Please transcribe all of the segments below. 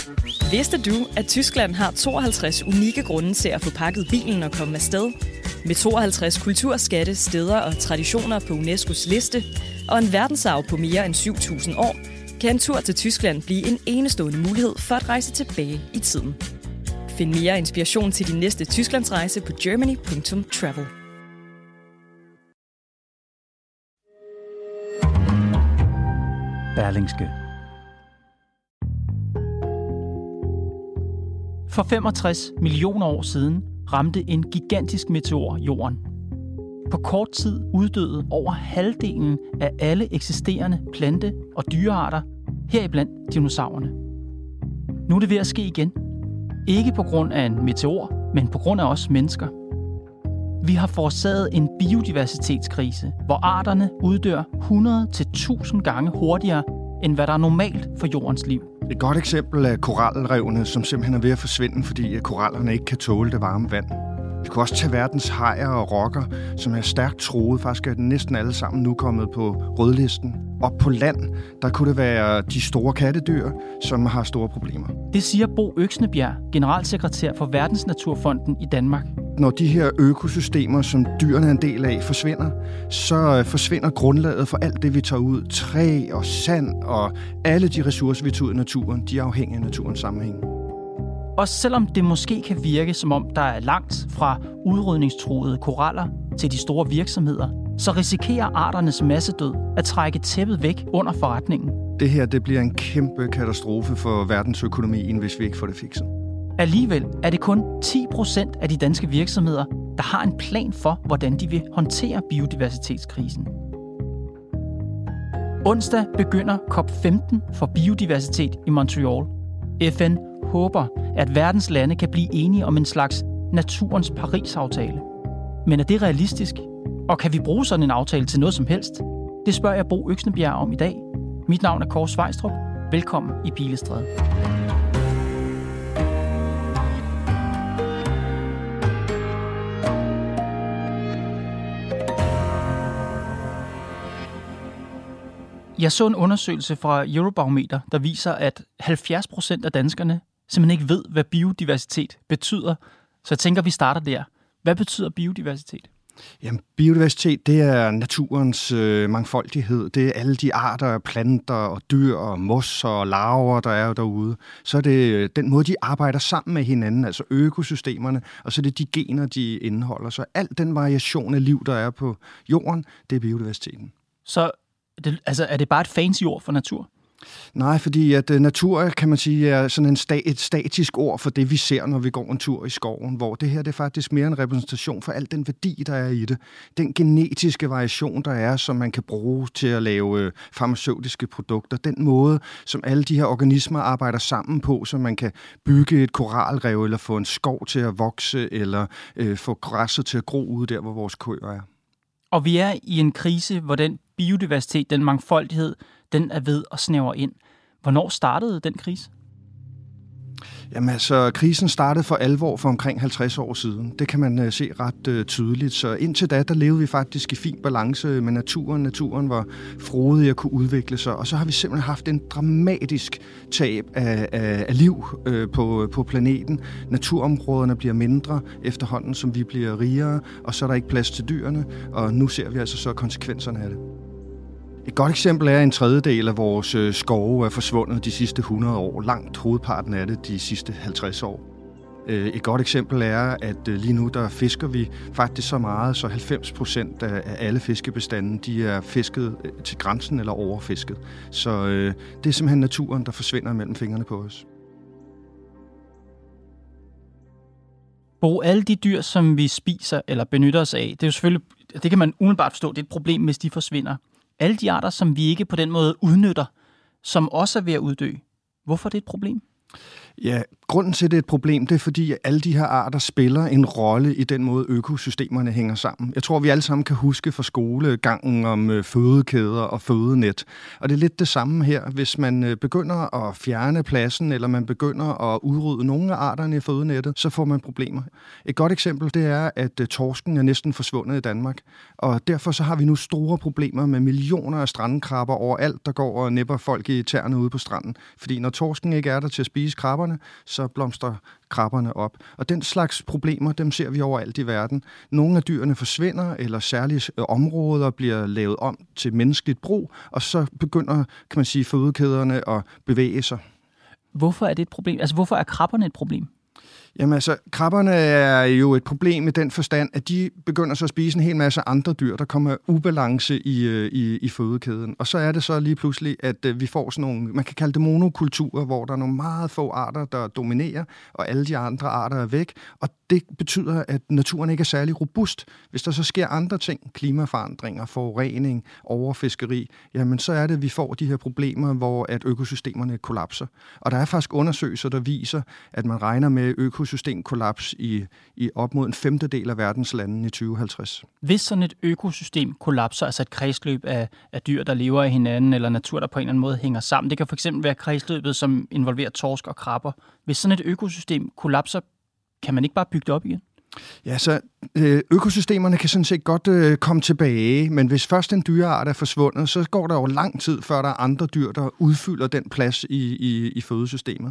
Vidste du, at Tyskland har 52 unikke grunde til at få pakket bilen og komme afsted? Med 52 kulturskatte, steder og traditioner på UNESCO's liste, og en verdensarv på mere end 7.000 år, kan en tur til Tyskland blive en enestående mulighed for at rejse tilbage i tiden. Find mere inspiration til din næste Tysklandsrejse på germany.travel. Berlingske. For 65 millioner år siden ramte en gigantisk meteor jorden. På kort tid uddøde over halvdelen af alle eksisterende plante- og dyrearter, heriblandt dinosaurerne. Nu er det ved at ske igen. Ikke på grund af en meteor, men på grund af os mennesker. Vi har forårsaget en biodiversitetskrise, hvor arterne uddør 100-1000 gange hurtigere, end hvad der er normalt for jordens liv. Et godt eksempel er koralrevene, som simpelthen er ved at forsvinde, fordi korallerne ikke kan tåle det varme vand. Vi kunne også tage verdens hajer og rokker, som er stærkt truet. Faktisk er næsten alle sammen nu kommet på rødlisten. Og på land, der kunne det være de store kattedyr, som har store problemer. Det siger Bo Øksnebjerg, generalsekretær for Verdensnaturfonden i Danmark. Når de her økosystemer, som dyrene er en del af, forsvinder, så forsvinder grundlaget for alt det, vi tager ud. Træ og sand og alle de ressourcer, vi tager ud i naturen, de er afhængige af naturens sammenhæng. Og selvom det måske kan virke, som om der er langt fra udrydningstruede koraller til de store virksomheder, så risikerer arternes massedød at trække tæppet væk under forretningen. Det her det bliver en kæmpe katastrofe for verdensøkonomien, hvis vi ikke får det fikset. Alligevel er det kun 10% af de danske virksomheder, der har en plan for, hvordan de vil håndtere biodiversitetskrisen. Onsdag begynder COP15 for biodiversitet i Montreal. FN håber, at verdens lande kan blive enige om en slags naturens Paris-aftale. Men er det realistisk? Og kan vi bruge sådan en aftale til noget som helst? Det spørger jeg Bo Øksnebjerg om i dag. Mit navn er Kåre Svejstrup. Velkommen i Pilestræde. Jeg så en undersøgelse fra Eurobarometer, der viser, at 70% af danskerne simpelthen ikke ved, hvad biodiversitet betyder. Så jeg tænker, vi starter der. Hvad betyder biodiversitet? Jamen, biodiversitet, det er naturens mangfoldighed. Det er alle de arter, planter og dyr og mos og larver, der er derude. Så er det den måde, de arbejder sammen med hinanden, altså økosystemerne, og så er det de gener, de indeholder. Så al den variation af liv, der er på jorden, det er biodiversiteten. Så er det bare et fancy ord for natur? Nej, fordi at natur, kan man sige, er sådan et statisk ord for det, vi ser, når vi går en tur i skoven, hvor det her det er faktisk mere en repræsentation for al den værdi, der er i det. Den genetiske variation, der er, som man kan bruge til at lave farmaceutiske produkter. Den måde, som alle de her organismer arbejder sammen på, så man kan bygge et koralrev, eller få en skov til at vokse, eller få græsset til at gro ude der, hvor vores køer er. Og vi er i en krise, hvor den biodiversitet, den mangfoldighed, den er ved at snævre ind. Hvornår startede den krise? Jamen altså, krisen startede for alvor for omkring 50 år siden. Det kan man se ret tydeligt. Så indtil da, der levede vi faktisk i fin balance med naturen. Naturen var frodig at kunne udvikle sig. Og så har vi simpelthen haft en dramatisk tab af liv på planeten. Naturområderne bliver mindre efterhånden, som vi bliver rigere. Og så er der ikke plads til dyrene. Og nu ser vi altså så konsekvenserne af det. Et godt eksempel er, at en tredjedel af vores skove er forsvundet de sidste 100 år. Langt hovedparten af det de sidste 50 år. Et godt eksempel er, at lige nu der fisker vi faktisk så meget, så 90% af alle fiskebestanden de er fisket til grænsen eller overfisket. Så det er simpelthen naturen, der forsvinder mellem fingrene på os. Bo, alle de dyr, som vi spiser eller benytter os af, det er jo selvfølgelig, det kan man umiddelbart forstå, det er et problem, hvis de forsvinder. Alle de arter, som vi ikke på den måde udnytter, som også er ved at uddø. Hvorfor er det et problem? Ja, grunden til, det er et problem, det er, fordi alle de her arter spiller en rolle i den måde, økosystemerne hænger sammen. Jeg tror, vi alle sammen kan huske fra skolegangen om fødekæder og fødenet. Og det er lidt det samme her. Hvis man begynder at fjerne pladsen, eller man begynder at udrydde nogle af arterne i fødenettet, så får man problemer. Et godt eksempel, det er, at torsken er næsten forsvundet i Danmark. Og derfor så har vi nu store problemer med millioner af strandkrabber overalt, der går og nipper folk i tæerne ude på stranden. Fordi når torsken ikke er der til at spise krabberne, så blomstrer krabberne op. Og den slags problemer, dem ser vi overalt i verden. Nogle af dyrene forsvinder, eller særlige områder bliver lavet om til menneskeligt brug, og så begynder, kan man sige, fødekæderne at bevæge sig. Hvorfor er det et problem? Altså, hvorfor er krabberne et problem? Jamen altså, krabberne er jo et problem i den forstand, at de begynder så at spise en hel masse andre dyr, der kommer ubalance i fødekæden. Og så er det så lige pludselig, at vi får sådan nogle, man kan kalde det monokulturer, hvor der er nogle meget få arter, der dominerer, og alle de andre arter er væk. Og det betyder, at naturen ikke er særlig robust. Hvis der så sker andre ting, klimaforandringer, forurening, overfiskeri, jamen så er det, at vi får de her problemer, hvor at økosystemerne kollapser. Og der er faktisk undersøgelser, der viser, at man regner med økosystemkollaps i op mod 1/5 af verdens lande i 2050. Hvis sådan et økosystem kollapser, altså et kredsløb af dyr, der lever af hinanden, eller natur, der på en eller anden måde hænger sammen, det kan fx være kredsløbet, som involverer torsk og krabber. Hvis sådan et økosystem kollapser, kan man ikke bare bygge det op igen? Ja, så økosystemerne kan sådan set godt komme tilbage, men hvis først en dyreart er forsvundet, så går der jo lang tid, før der er andre dyr, der udfylder den plads i fødesystemet.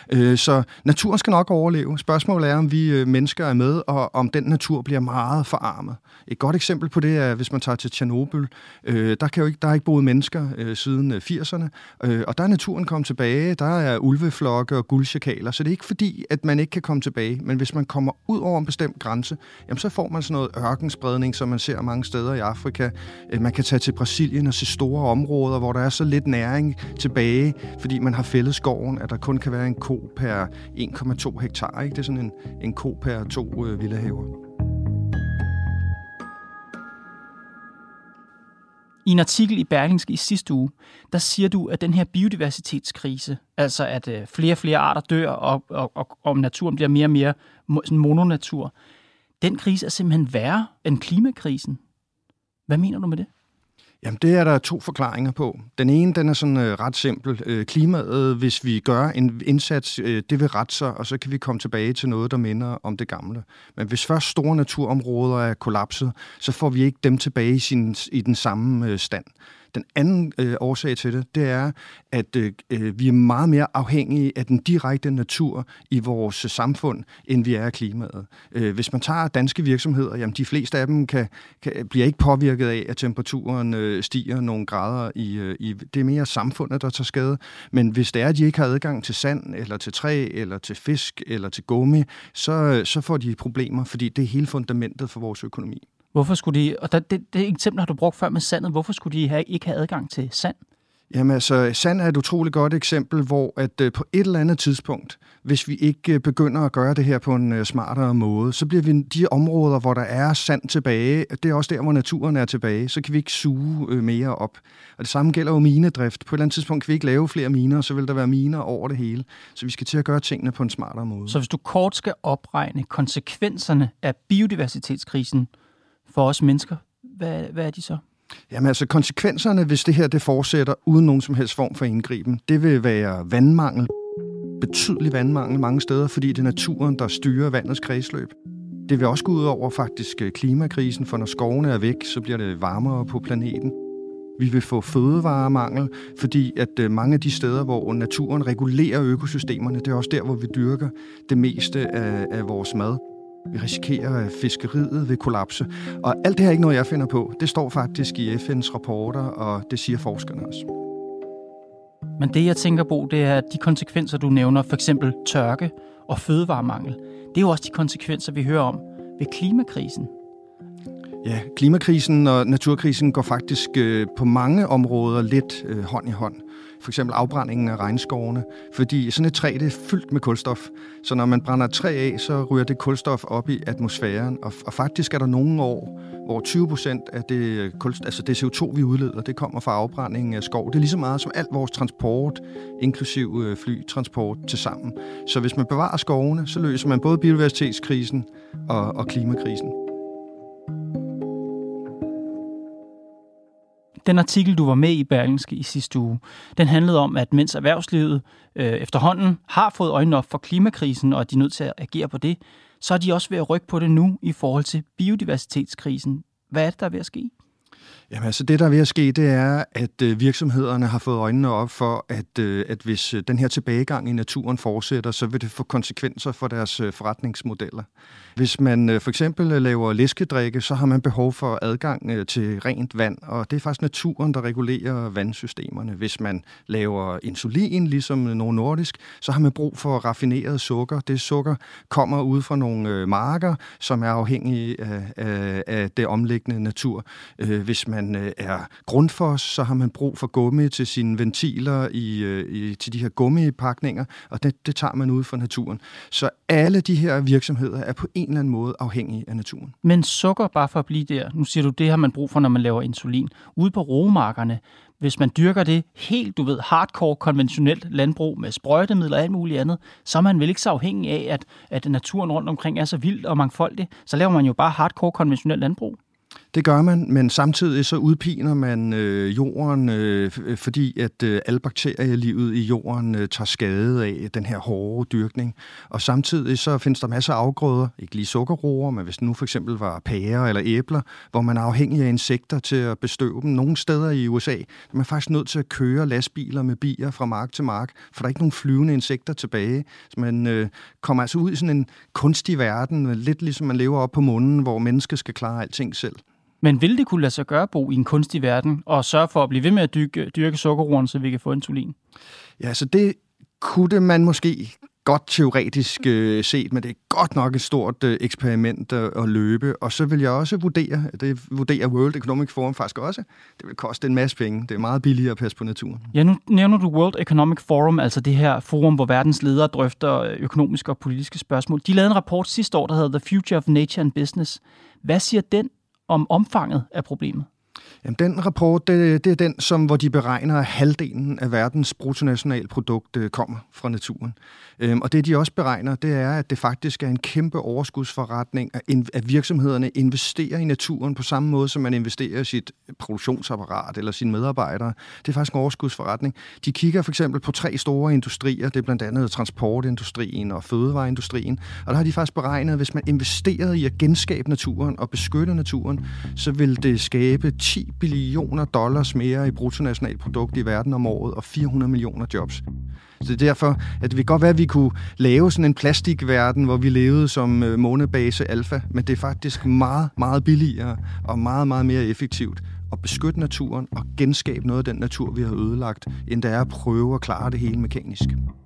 Så naturen skal nok overleve. Spørgsmålet er, om vi mennesker er med, og om den natur bliver meget forarmet. Et godt eksempel på det er, hvis man tager til Tjernobyl. Der er ikke boet mennesker siden 80'erne, og der er naturen kommet tilbage. Der er ulveflokke og guldsjakaler, så det er ikke fordi, at man ikke kan komme tilbage, men hvis man kommer ud over en bestemt grænse, jamen så får man sådan noget ørkenspredning, som man ser mange steder i Afrika. Man kan tage til Brasilien og se store områder, hvor der er så lidt næring tilbage, fordi man har fældet skoven, at der kun kan være en ko per 1,2 hektar. Ikke? Det er sådan en ko per 2 villahaver. I en artikel i Berlingske i sidste uge, der siger du, at den her biodiversitetskrise, altså at flere og flere arter dør, og naturen bliver mere og mere sådan mononatur, den krise er simpelthen værre end klimakrisen. Hvad mener du med det? Jamen, det er der 2 forklaringer på. Den ene, den er sådan ret simpel. Klimaet, hvis vi gør en indsats, det vil rette sig, og så kan vi komme tilbage til noget, der minder om det gamle. Men hvis først store naturområder er kollapset, så får vi ikke dem tilbage i den samme stand. Den anden årsag til det er, at vi er meget mere afhængige af den direkte natur i vores samfund, end vi er af klimaet. Hvis man tager danske virksomheder, jamen de fleste af dem bliver ikke påvirket af, at temperaturen stiger nogle grader. Det er mere samfundet, der tager skade. Men hvis det er, at de ikke har adgang til sand, eller til træ, eller til fisk, eller til gummi, så får de problemer, fordi det er hele fundamentet for vores økonomi. Hvorfor skulle de, og det eksempel har du brugt før med sandet, hvorfor skulle de ikke have adgang til sand? Jamen altså, sand er et utroligt godt eksempel, hvor at på et eller andet tidspunkt, hvis vi ikke begynder at gøre det her på en smartere måde, så bliver vi de områder, hvor der er sand tilbage, det er også der, hvor naturen er tilbage, så kan vi ikke suge mere op. Og det samme gælder jo minedrift. På et eller andet tidspunkt kan vi ikke lave flere miner, så vil der være miner over det hele. Så vi skal til at gøre tingene på en smartere måde. Så hvis du kort skal opregne konsekvenserne af biodiversitetskrisen for os mennesker, hvad er de så? Jamen altså konsekvenserne, hvis det her det fortsætter uden nogen som helst form for indgriben, det vil være vandmangel, betydelig vandmangel mange steder, fordi det er naturen, der styrer vandets kredsløb. Det vil også gå ud over faktisk klimakrisen, for når skovene er væk, så bliver det varmere på planeten. Vi vil få fødevaremangel, fordi at mange af de steder, hvor naturen regulerer økosystemerne, det er også der, hvor vi dyrker det meste af vores mad. Vi risikerer, at fiskeriet vil kollapse. Og alt det her er ikke noget, jeg finder på. Det står faktisk i FN's rapporter, og det siger forskerne også. Men det, jeg tænker på, det er de konsekvenser, du nævner, for eksempel tørke og fødevaremangel. Det er jo også de konsekvenser, vi hører om ved klimakrisen. Ja, klimakrisen og naturkrisen går faktisk på mange områder lidt hånd i hånd. for eksempel afbrændingen af regnskovene, fordi sådan et træ, det er fyldt med kulstof. Så når man brænder et træ af, så ryger det kulstof op i atmosfæren, og faktisk er der nogle år, hvor 20% af det CO2, vi udleder, det kommer fra afbrændingen af skov. Det er lige så meget som alt vores transport, inklusiv flytransport til sammen. Så hvis man bevarer skovene, så løser man både biodiversitetskrisen og klimakrisen. Den artikel, du var med i Berlingske i sidste uge, den handlede om, at mens erhvervslivet efterhånden har fået øjnene op for klimakrisen, og de er nødt til at agere på det, så er de også ved at rykke på det nu i forhold til biodiversitetskrisen. Hvad er det, der er ved at ske? Jamen altså det, der er ved at ske, det er, at virksomhederne har fået øjnene op for, at hvis den her tilbagegang i naturen fortsætter, så vil det få konsekvenser for deres forretningsmodeller. Hvis man for eksempel laver læskedrikke, så har man behov for adgang til rent vand, og det er faktisk naturen, der regulerer vandsystemerne. Hvis man laver insulin, ligesom Novo Nordisk, så har man brug for raffineret sukker. Det sukker kommer ud fra nogle marker, som er afhængige af det omliggende natur. Hvis man er Grundfos, så har man brug for gummi til sine ventiler til de her gummipakninger, og det tager man ud fra naturen. Så alle de her virksomheder er på en eller anden måde afhængige af naturen. Men sukker, bare for at blive der, nu siger du, det har man brug for, når man laver insulin. Ude på roemarkerne, hvis man dyrker det helt, hardcore konventionelt landbrug med sprøjtemidler og alt muligt andet, så er man vel ikke så afhængig af, at naturen rundt omkring er så vild og mangfoldig. Så laver man jo bare hardcore konventionelt landbrug. Det gør man, men samtidig så udpiner man jorden, fordi at alle bakterielivet i jorden tager skade af den her hårde dyrkning. Og samtidig så findes der masser af afgrøder, ikke lige sukkerroer, men hvis det nu for eksempel var pærer eller æbler, hvor man er afhængig af insekter til at bestøve dem. Nogle steder i USA er man faktisk nødt til at køre lastbiler med bier fra mark til mark, for der er ikke nogen flyvende insekter tilbage. Så man kommer altså ud i sådan en kunstig verden, lidt ligesom man lever op på månen, hvor mennesker skal klare alting selv. Men vil det kunne lade sig gøre, Bo, i en kunstig verden, og sørge for at blive ved med at dyrke sukkerroen, så vi kan få insulin? Ja, så det kunne man måske godt teoretisk set, men det er godt nok et stort eksperiment at løbe. Og så vil jeg også vurdere, det vurderer World Economic Forum faktisk også, det vil koste en masse penge. Det er meget billigere at passe på naturen. Ja, nu nævner du World Economic Forum, altså det her forum, hvor verdens ledere drøfter økonomiske og politiske spørgsmål. De lavede en rapport sidste år, der hedder The Future of Nature and Business. Hvad siger den om omfanget af problemet? Jamen, den rapport, det er den, hvor de beregner, at halvdelen af verdens bruttonationalprodukt kommer fra naturen. Og det, de også beregner, det er, at det faktisk er en kæmpe overskudsforretning, at virksomhederne investerer i naturen på samme måde, som man investerer i sit produktionsapparat eller sine medarbejdere. Det er faktisk en overskudsforretning. De kigger for eksempel på 3 store industrier, det er blandt andet transportindustrien og fødevareindustrien, og der har de faktisk beregnet, at hvis man investerede i at genskabe naturen og beskytte naturen, så vil det skabe $10 billioner mere i bruttonationalprodukt i verden om året og 400 millioner jobs. Så det er derfor, at det vil godt være, at vi kunne lave sådan en plastikverden, hvor vi levede som månebase alfa, men det er faktisk meget, meget billigere og meget, meget mere effektivt at beskytte naturen og genskabe noget af den natur, vi har ødelagt, end det er at prøve at klare det hele mekanisk.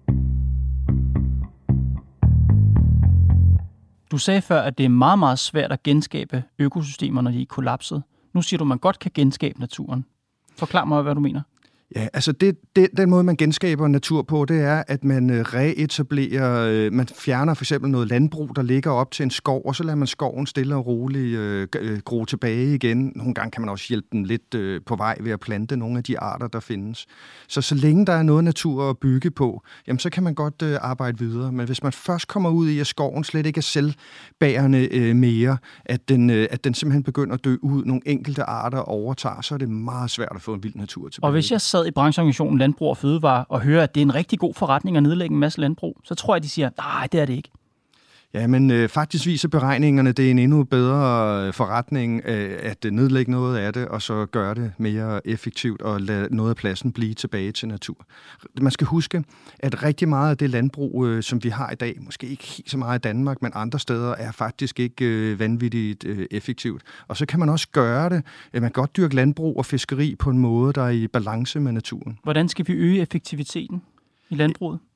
Du sagde før, at det er meget, meget svært at genskabe økosystemer, når de er kollapset. Nu siger du, at man godt kan genskabe naturen. Forklar mig, hvad du mener. Ja, altså den måde, man genskaber natur på, det er, at man reetablerer, man fjerner for eksempel noget landbrug, der ligger op til en skov, og så lader man skoven stille og roligt gro tilbage igen. Nogle gange kan man også hjælpe den lidt på vej ved at plante nogle af de arter, der findes. Så længe der er noget natur at bygge på, jamen så kan man godt arbejde videre. Men hvis man først kommer ud i, at skoven slet ikke er selvbærende mere, at den simpelthen begynder at dø ud, nogle enkelte arter overtager, så er det meget svært at få en vild natur tilbage. Og hvis jeg sad i brancheorganisationen Landbrug og Fødevare og hører, at det er en rigtig god forretning at nedlægge en masse landbrug, så tror jeg, de siger, nej, det er det ikke. Ja, men faktisk viser beregningerne, det er en endnu bedre forretning at nedlægge noget af det, og så gøre det mere effektivt og lade noget af pladsen blive tilbage til natur. Man skal huske, at rigtig meget af det landbrug, som vi har i dag, måske ikke helt så meget i Danmark, men andre steder, er faktisk ikke vanvittigt effektivt. Og så kan man også gøre det. Man kan godt dyrke landbrug og fiskeri på en måde, der er i balance med naturen. Hvordan skal vi øge effektiviteten i landbruget?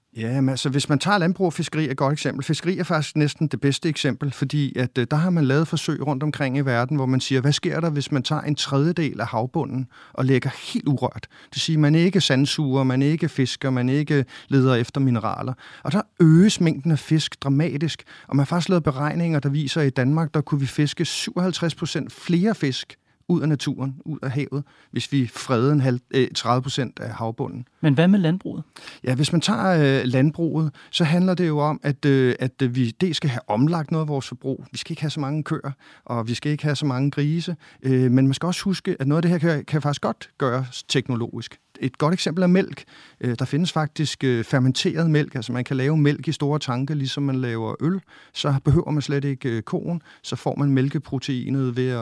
Ja, men altså hvis man tager landbrug og fiskeri er et godt eksempel. Fiskeri er faktisk næsten det bedste eksempel, fordi at der har man lavet forsøg rundt omkring i verden, hvor man siger, hvad sker der, hvis man tager en tredjedel af havbunden og lægger helt urørt? Det vil sige, man ikke sandsuger, man ikke fisker, man ikke leder efter mineraler. Og der øges mængden af fisk dramatisk, og man har faktisk lavet beregninger, der viser, at i Danmark, der kunne vi fiske 57% flere fisk ud af naturen, ud af havet, hvis vi fredede 30% af havbunden. Men hvad med landbruget? Ja, hvis man tager landbruget, så handler det jo om, at vi dels skal have omlagt noget af vores forbrug. Vi skal ikke have så mange køer, og vi skal ikke have så mange grise. Men man skal også huske, at noget af det her kan faktisk godt gøres teknologisk. Et godt eksempel er mælk. Der findes faktisk fermenteret mælk, altså man kan lave mælk i store tanke, ligesom man laver øl. Så behøver man slet ikke koen, så får man mælkeproteinet ved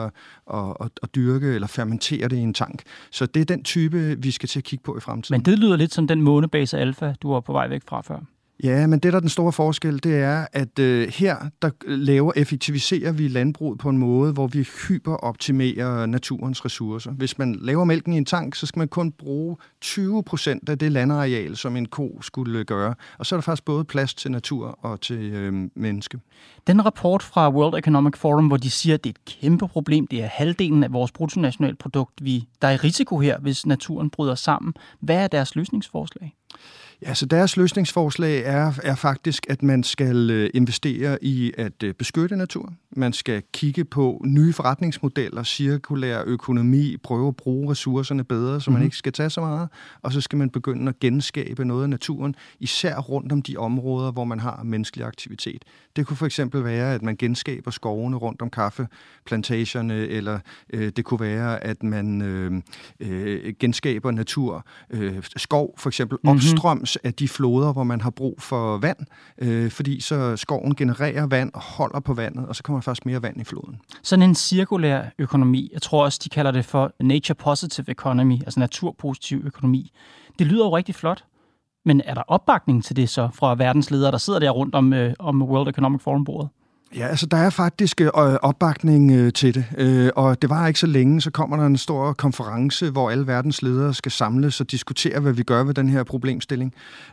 at dyrke eller fermentere det i en tank. Så det er den type, vi skal til at kigge på i fremtiden. Men det lyder lidt som den månebase alfa, du var på vej væk fra før. Ja, men det der er den store forskel, det er, at her der effektiviserer vi landbruget på en måde, hvor vi hyperoptimerer naturens ressourcer. Hvis man laver mælken i en tank, så skal man kun bruge 20% af det landareal, som en ko skulle gøre. Og så er der faktisk både plads til natur og til menneske. Den rapport fra World Economic Forum, hvor de siger, at det er et kæmpe problem, det er halvdelen af vores bruttonationalprodukt, der er i risiko her, hvis naturen bryder sammen. Hvad er deres løsningsforslag? Ja, så deres løsningsforslag er faktisk, at man skal investere i at beskytte natur. Man skal kigge på nye forretningsmodeller, cirkulær økonomi, prøve at bruge ressourcerne bedre, så man ikke skal tage så meget. Og så skal man begynde at genskabe noget af naturen, især rundt om de områder, hvor man har menneskelig aktivitet. Det kunne for eksempel være, at man genskaber skovene rundt om kaffeplantagerne, eller det kunne være, at man genskaber natur. Skov for eksempel opstrøms af de floder, hvor man har brug for vand, fordi så skoven genererer vand og holder på vandet, og så kommer der først mere vand i floden. Sådan en cirkulær økonomi, jeg tror også, de kalder det for nature positive economy, altså naturpositiv økonomi. Det lyder jo rigtig flot, men er der opbakning til det så fra verdens ledere, der sidder der rundt om World Economic Forum-bordet? Ja, altså der er faktisk opbakning til det, og det var ikke så længe, så kommer der en stor konference, hvor alle verdens ledere skal samles og diskutere, hvad vi gør ved den her problemstilling.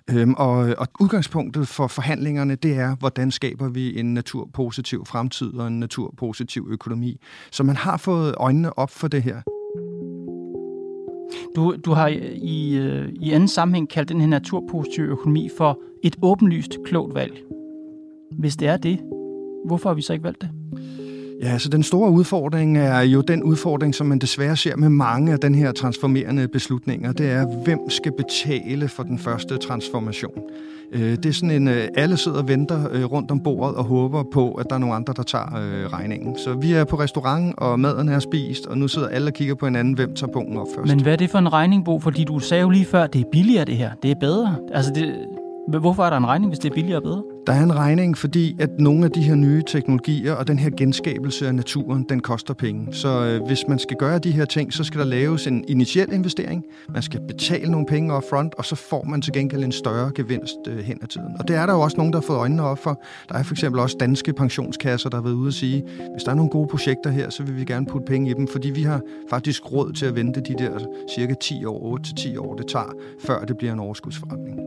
Og udgangspunktet for forhandlingerne, det er, hvordan skaber vi en naturpositiv fremtid og en naturpositiv økonomi. Så man har fået øjnene op for det her. Du har i anden sammenhæng kaldt den her naturpositive økonomi for et åbenlyst klogt valg. Hvis det er det, hvorfor har vi så ikke valgt det? Ja, så den store udfordring er jo den udfordring, som man desværre ser med mange af den her transformerende beslutninger. Det er, hvem skal betale for den første transformation? Det er sådan en, alle sidder og venter rundt om bordet og håber på, at der er nogle andre, der tager regningen. Så vi er på restaurant, og maden er spist, og nu sidder alle og kigger på hinanden, hvem tager pungen op først. Men hvad er det for en regning, Bo? Fordi du sagde jo lige før, det er billigere det her. Det er bedre. Altså hvorfor er der en regning, hvis det er billigere og bedre? Der er en regning, fordi at nogle af de her nye teknologier og den her genskabelse af naturen, den koster penge. Så hvis man skal gøre de her ting, så skal der laves en initiel investering. Man skal betale nogle penge upfront, og så får man til gengæld en større gevinst hen ad tiden. Og det er der jo også nogen, der har fået øjnene op for. Der er for eksempel også danske pensionskasser, der har været ude at sige, hvis der er nogle gode projekter her, så vil vi gerne putte penge i dem, fordi vi har faktisk råd til at vente de der cirka 10 år, 8-10 år, det tager, før det bliver en overskudsforretning.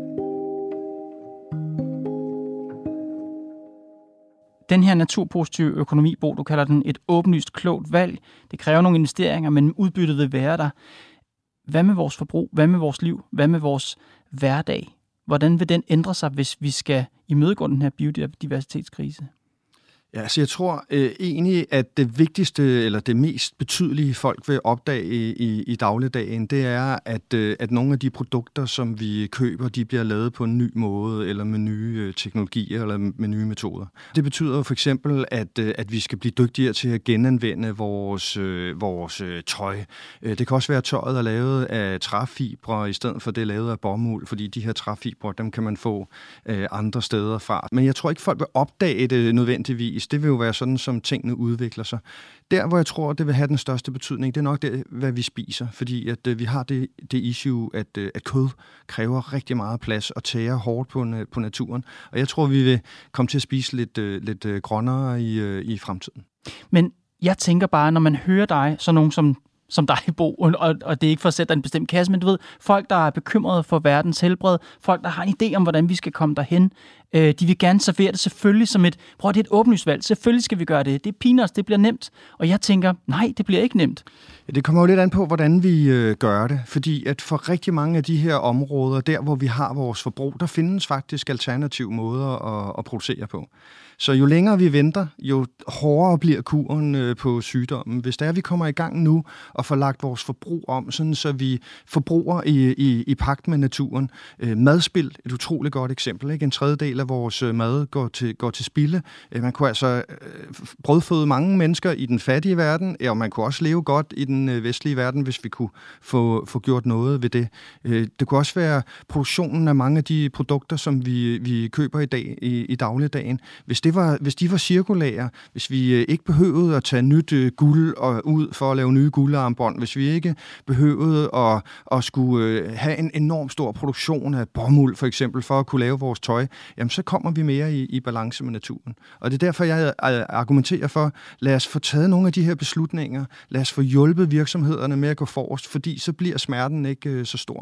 Den her naturpositive økonomi, Bo, du kalder den et åbenlyst klogt valg. Det kræver nogle investeringer, men udbyttet vil være der. Hvad med vores forbrug? Hvad med vores liv? Hvad med vores hverdag? Hvordan vil den ændre sig, hvis vi skal imødegå den her biodiversitetskrise? Ja, så jeg tror egentlig, at det vigtigste eller det mest betydelige folk vil opdage i dagligdagen, det er, at nogle af de produkter, som vi køber, de bliver lavet på en ny måde, eller med nye teknologier, eller med nye metoder. Det betyder for eksempel, at vi skal blive dygtigere til at genanvende vores tøj. Det kan også være, at tøjet er lavet af træfibre, i stedet for det er lavet af bomuld, fordi de her træfibre, dem kan man få andre steder fra. Men jeg tror ikke, folk vil opdage det nødvendigvis. Det vil jo være sådan, som tingene udvikler sig. Der, hvor jeg tror, det vil have den største betydning, det er nok det, hvad vi spiser. Fordi at vi har det issue, at kød kræver rigtig meget plads og tærer hårdt på naturen. Og jeg tror, vi vil komme til at spise lidt grønnere i fremtiden. Men jeg tænker bare, når man hører dig, så nogen som som dig, Bo, og det er ikke for at sætte dig en bestemt kasse, men du ved, folk, der er bekymrede for verdens helbred, folk, der har en idé om, hvordan vi skal komme derhen, de vil gerne servere det selvfølgelig som det er et åbenlysvalg. Selvfølgelig skal vi gøre det. Det er peanuts, det bliver nemt. Og jeg tænker, nej, det bliver ikke nemt. Ja, det kommer jo lidt an på, hvordan vi gør det. Fordi at for rigtig mange af de her områder, der hvor vi har vores forbrug, der findes faktisk alternative måder at producere på. Så jo længere vi venter, jo hårdere bliver kuren på sygdommen. Hvis det er, vi kommer i gang nu og får lagt vores forbrug om, sådan så vi forbruger i pagt med naturen. Madspild, et utroligt godt eksempel. Ikke? En tredjedel af vores mad går til spilde. Man kunne altså brødføde mange mennesker i den fattige verden, og man kunne også leve godt i den vestlige verden, hvis vi kunne få gjort noget ved det. Det kunne også være produktionen af mange af de produkter, som vi køber i dag i dagligdagen. Hvis de var cirkulære, hvis vi ikke behøvede at tage nyt guld ud for at lave nye guldarmbånd, hvis vi ikke behøvede at skulle have en enorm stor produktion af bomuld for eksempel, for at kunne lave vores tøj, jamen så kommer vi mere i balance med naturen. Og det er derfor, jeg argumenterer for, lad os få taget nogle af de her beslutninger, lad os få hjulpet virksomhederne med at gå forrest, fordi så bliver smerten ikke så stor.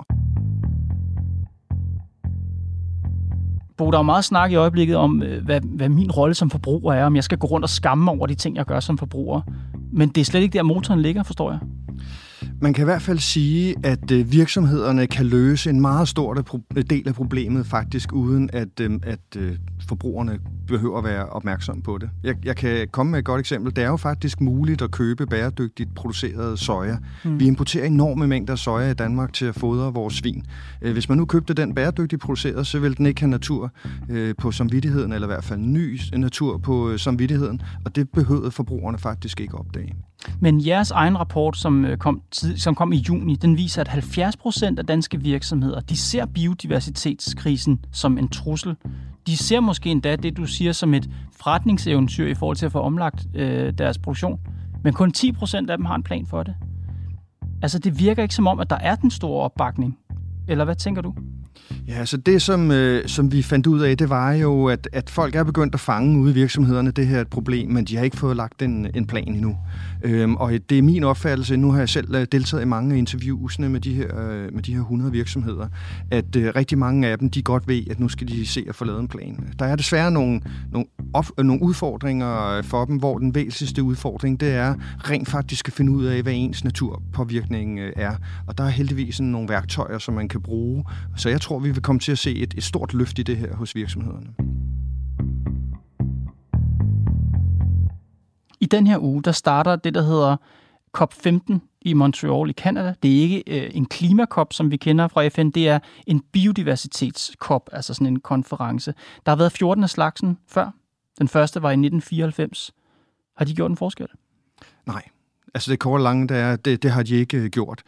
Bo, der er meget snak i øjeblikket om, hvad min rolle som forbruger er, om jeg skal gå rundt og skamme mig over de ting, jeg gør som forbruger. Men det er slet ikke der, motoren ligger, forstår jeg. Man kan i hvert fald sige, at virksomhederne kan løse en meget stor del af problemet faktisk, uden at forbrugerne behøver at være opmærksomme på det. Jeg kan komme med et godt eksempel. Det er jo faktisk muligt at købe bæredygtigt produceret soja. Vi importerer enorme mængder soja i Danmark til at fodre vores svin. Hvis man nu købte den bæredygtigt produceret, så vil den ikke have natur på samvittigheden, eller i hvert fald ny natur på samvittigheden, og det behøvede forbrugerne faktisk ikke opdage. Men jeres egen rapport, som kom i juni, den viser, at 70% af danske virksomheder, de ser biodiversitetskrisen som en trussel. De ser måske endda det, du siger, som et forretningseventyr i forhold til at få omlagt deres produktion. Men kun 10% af dem har en plan for det. Altså, det virker ikke som om, at der er den store opbakning. Eller hvad tænker du? Ja, altså det, som vi fandt ud af, det var jo, at folk er begyndt at fange ude i virksomhederne det her et problem, men de har ikke fået lagt en plan endnu. Og det er min opfattelse, nu har jeg selv deltaget i mange af interviewsene med de her 100 virksomheder, at rigtig mange af dem, de godt ved, at nu skal de se at få lavet en plan. Der er desværre nogle udfordringer for dem, hvor den væsentligste udfordring, det er rent faktisk at finde ud af, hvad ens naturpåvirkning er. Og der er heldigvis nogle værktøjer, som man kan bruge. Så jeg tror, vi vil komme til at se et stort løft i det her hos virksomhederne. I den her uge, der starter det, der hedder COP15 i Montreal i Canada. Det er ikke en klimakop, som vi kender fra FN. Det er en biodiversitetskop, altså sådan en konference. Der har været 14 af slagsen før. Den første var i 1994. Har de gjort en forskel? Nej. Altså det korte lange, det har de ikke gjort.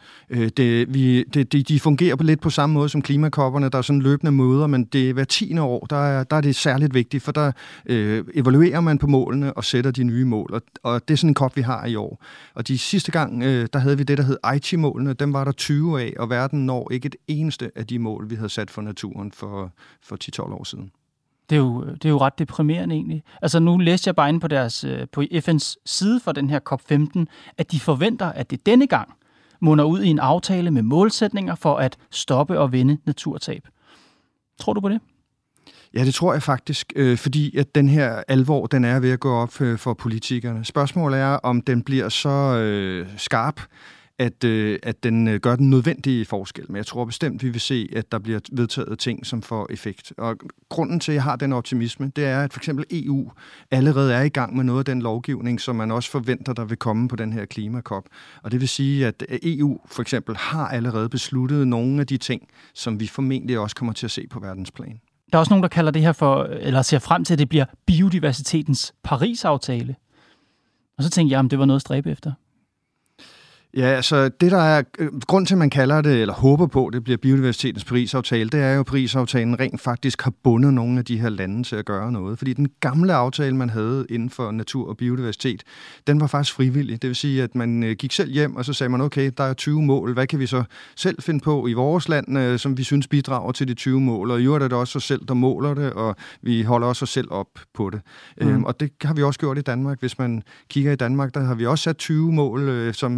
De fungerer lidt på samme måde som klimakopperne. Der er sådan løbende møder, men det er hver 10. år, der er det særligt vigtigt, for der evaluerer man på målene og sætter de nye mål. Og det er sådan en kop, vi har i år. Og de sidste gang, der havde vi det, der hed Aichi-målene. Dem var der 20 af, og verden når ikke et eneste af de mål, vi havde sat for naturen for 10-12 år siden. Det er jo ret deprimerende egentlig. Altså nu læste jeg bare inde på FN's side for den her COP15, at de forventer, at det denne gang munder ud i en aftale med målsætninger for at stoppe og vende naturtab. Tror du på det? Ja, det tror jeg faktisk, fordi at den her alvor, den er ved at gå op for politikerne. Spørgsmålet er, om den bliver så skarp, at den gør den nødvendige forskel. Men jeg tror bestemt, vi vil se, at der bliver vedtaget ting, som får effekt. Og grunden til, at jeg har den optimisme, det er, at for eksempel EU allerede er i gang med noget af den lovgivning, som man også forventer, der vil komme på den her klimakop. Og det vil sige, at EU for eksempel har allerede besluttet nogle af de ting, som vi formentlig også kommer til at se på verdensplan. Der er også nogen, der kalder det her for, eller ser frem til, at det bliver biodiversitetens Paris-aftale. Og så tænkte jeg, om det var noget at stræbe efter. Ja, altså det der er grund til, at man kalder det, eller håber på, det bliver biodiversitetens Paris-aftale, det er jo, at Paris-aftalen rent faktisk har bundet nogle af de her lande til at gøre noget. Fordi den gamle aftale, man havde inden for natur og biodiversitet, den var faktisk frivillig. Det vil sige, at man gik selv hjem, og så sagde man, okay, der er 20 mål, hvad kan vi så selv finde på i vores land, som vi synes bidrager til de 20 mål? Og i øvrigt er det også os selv, der måler det, og vi holder også os selv op på det. Og det har vi også gjort i Danmark. Hvis man kigger i Danmark, der har vi også sat 20 mål, som helt tilbage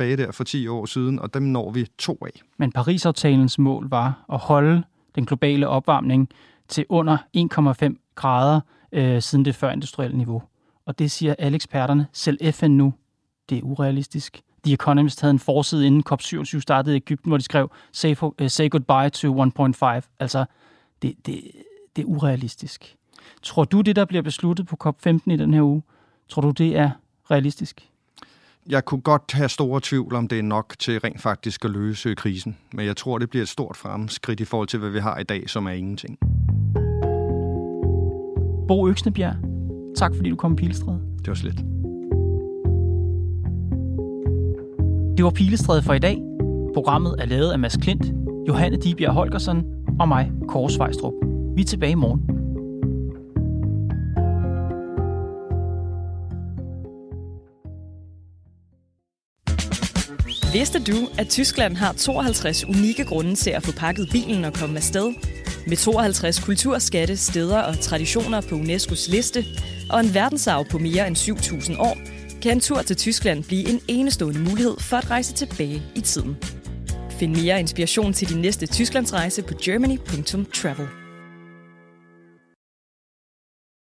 tilbage der for 10 år siden, og dem når vi 2 af. Men Paris-aftalens mål var at holde den globale opvarmning til under 1,5 grader siden det førindustrielle niveau. Og det siger alle eksperterne, selv FN nu, det er urealistisk. The Economist havde en forside inden COP27 startede i Egypten, hvor de skrev, say goodbye to 1.5. Altså, det er urealistisk. Tror du, det der bliver besluttet på COP15 i den her uge, tror du, det er realistisk? Jeg kunne godt have store tvivl om det er nok til rent faktisk at løse krisen. Men jeg tror, det bliver et stort fremskridt i forhold til, hvad vi har i dag, som er ingenting. Bo Øksnebjerg, tak fordi du kom i Pilestræde. Det var slet. Det var Pilestræde for i dag. Programmet er lavet af Mads Klint, Johanne Dibjerg Holgersen og mig, Kåre Svejstrup. Vi er tilbage i morgen. Vidste du, at Tyskland har 52 unikke grunde til at få pakket bilen og komme afsted? Med 52 kulturskatte, steder og traditioner på UNESCO's liste, og en verdensarv på mere end 7.000 år, kan en tur til Tyskland blive en enestående mulighed for at rejse tilbage i tiden. Find mere inspiration til din næste Tysklandsrejse på germany.travel.